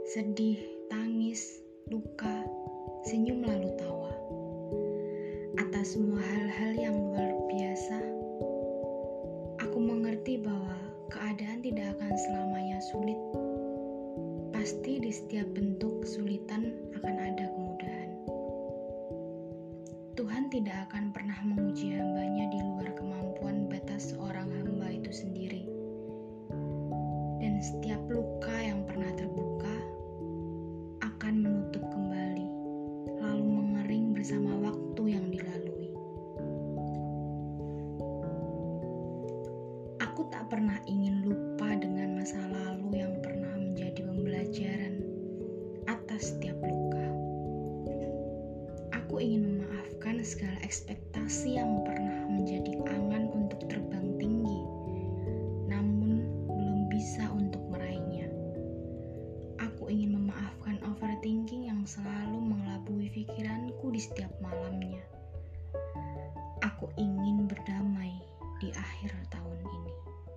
sedih, tangis, luka, senyum lalu tawa. Atas semua hal-hal yang luar biasa, aku mengerti bahwa keadaan tidak akan selamanya sulit. Pasti di setiap bentuk kesulitan akan ada kemudahan. Tuhan tidak akan pernah menguji hambanya di luar kemampuan batas seorang hamba itu sendiri. Dan setiap luka yang pernah terbuka akan menutup kembali, lalu mengering bersama waktu yang dilalui. Aku tak pernah ingin lupa dengan masa lalu yang pernah menjadi pembelajaran atas setiap luka. Aku ingin memaafkan segala ekspektasi yang pernah menjadi angan untuk terbang tinggi, namun belum bisa untuk meraihnya. Aku ingin memaafkan overthinking yang selalu mengelabui pikiranku di setiap malamnya. Aku ingin berdamai di akhir tahun ini.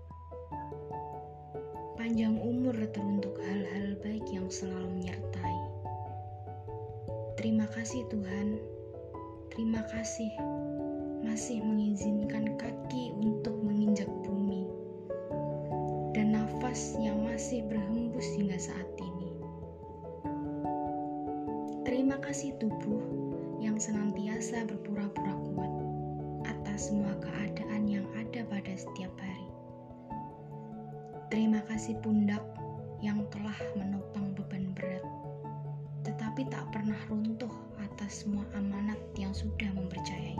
Panjang umur teruntuk hal-hal baik yang selalu menyertai. Terima kasih Tuhan, terima kasih masih mengizinkan kaki untuk menginjak bumi dan nafas yang masih berhembus hingga saat ini. Terima kasih tubuh yang senantiasa berpura-pura kuat atas semua keadaan yang ada pada setiap hari. Terima kasih pundak yang telah menopang beban berat, tetapi tak pernah runtuh atas semua amanat yang sudah mempercayai.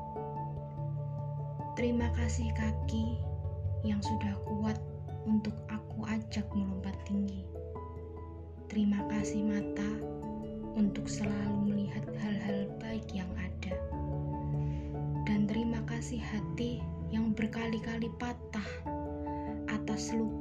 Terima kasih kaki yang sudah kuat untuk aku ajak melompat tinggi. Terima kasih mata untuk selalu melihat hal-hal baik yang ada. Dan terima kasih hati yang berkali-kali patah atas luka